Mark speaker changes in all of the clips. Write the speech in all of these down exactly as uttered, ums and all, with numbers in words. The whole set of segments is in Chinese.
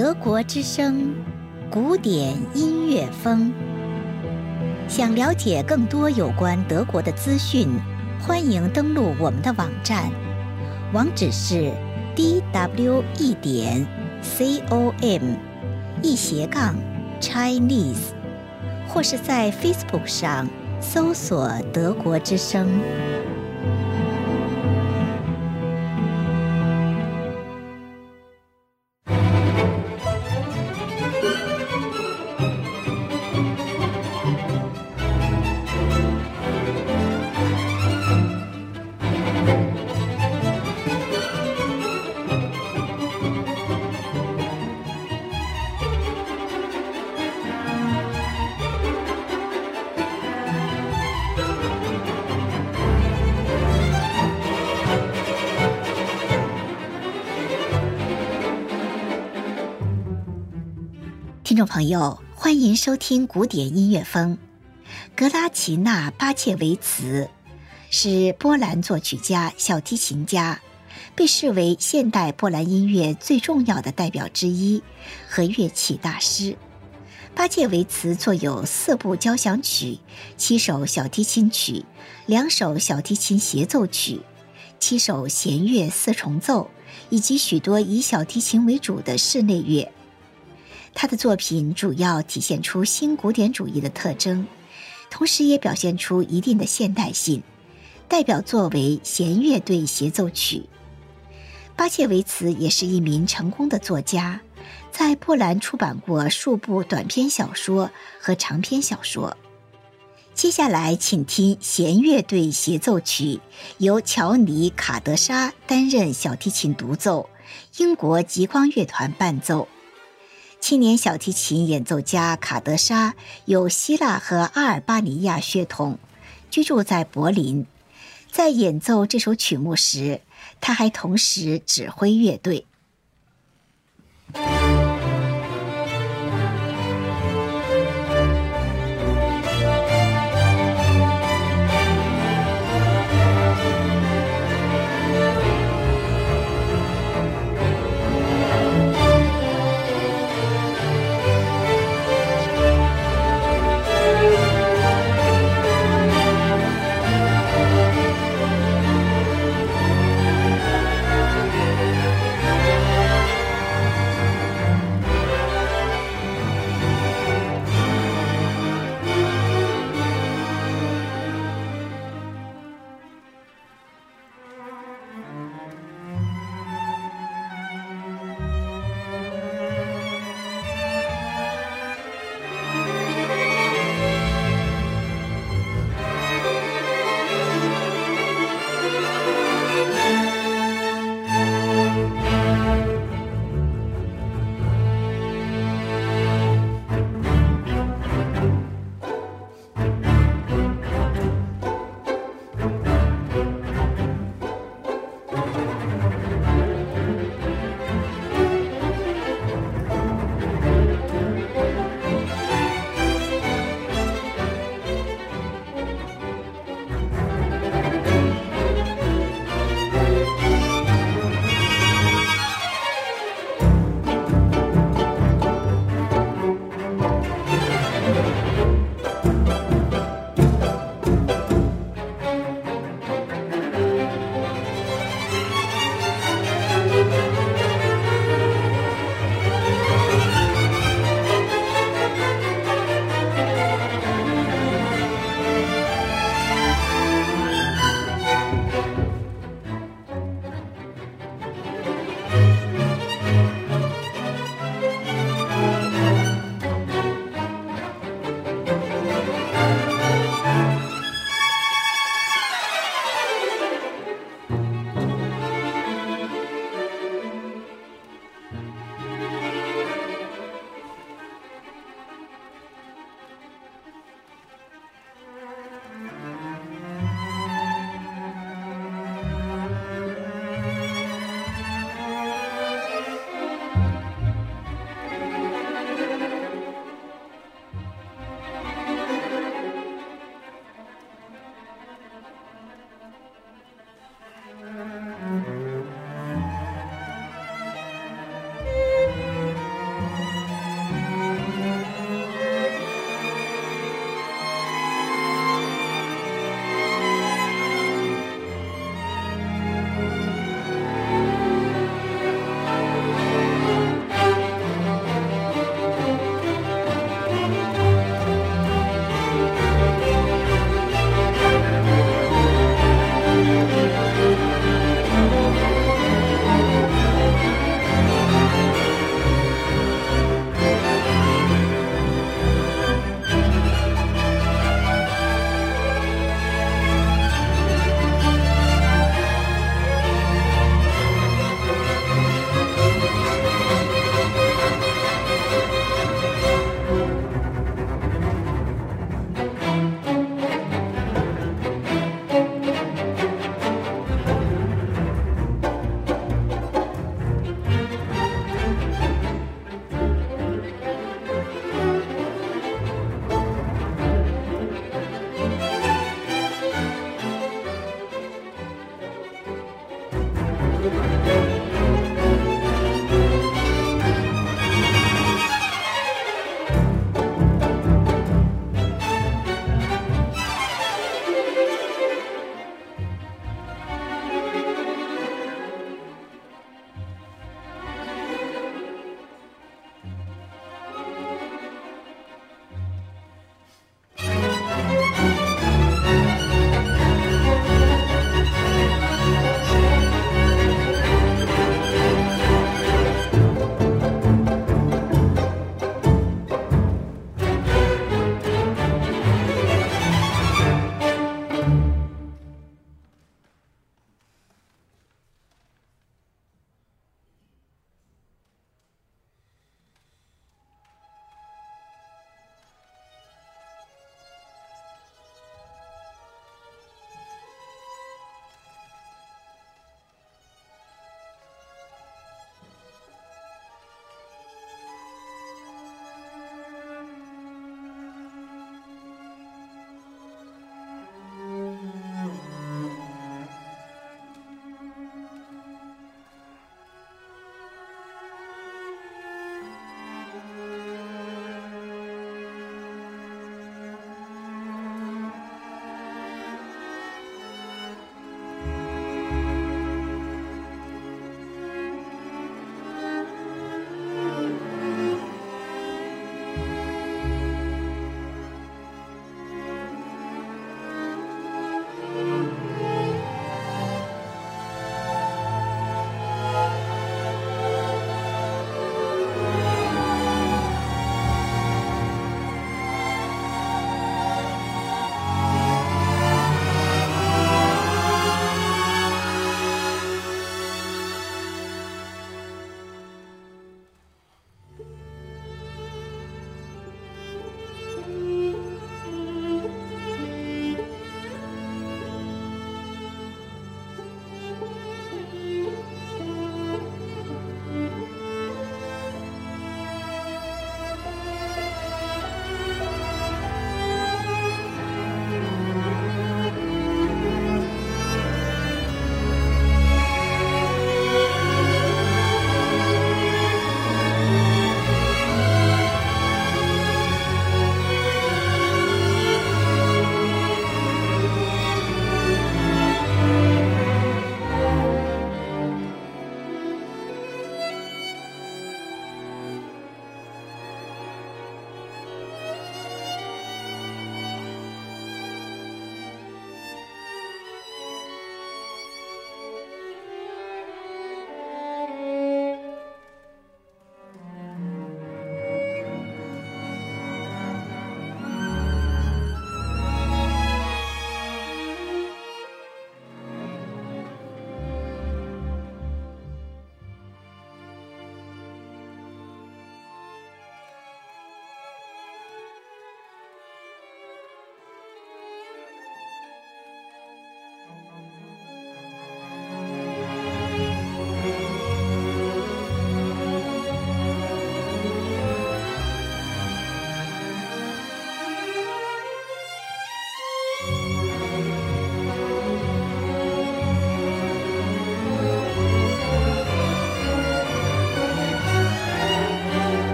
Speaker 1: 德国之声，古典音乐风。想了解更多有关德国的资讯，欢迎登录我们的网站，网址是 d w e 点 com 一斜杠 Chinese， 或是在 Facebook 上搜索德国之声。听众朋友，欢迎收听古典音乐风。格拉齐纳·巴切维茨是波兰作曲家、小提琴家，被视为现代波兰音乐最重要的代表之一和乐器大师。巴切维茨作有四部交响曲、七首小提琴曲、两首小提琴协奏曲、七首弦乐四重奏，以及许多以小提琴为主的室内乐。他的作品主要体现出新古典主义的特征，同时也表现出一定的现代性，代表作为弦乐队协奏曲。巴切维茨也是一名成功的作家，在波兰出版过数部短篇小说和长篇小说。接下来请听弦乐队协奏曲，由乔尼·卡德莎担任小提琴独奏，英国极光乐团伴奏。青年小提琴演奏家卡德莎有希腊和阿尔巴尼亚血统，居住在柏林。在演奏这首曲目时，他还同时指挥乐队。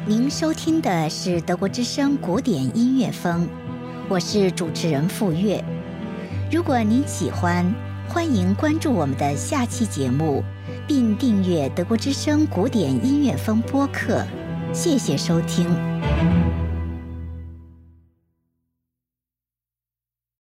Speaker 1: 您收听的是德国之声古典音乐风，我是主持人傅月。如果您喜欢，欢迎关注我们的下期节目，并订阅德国之声古典音乐风播客。谢谢收听。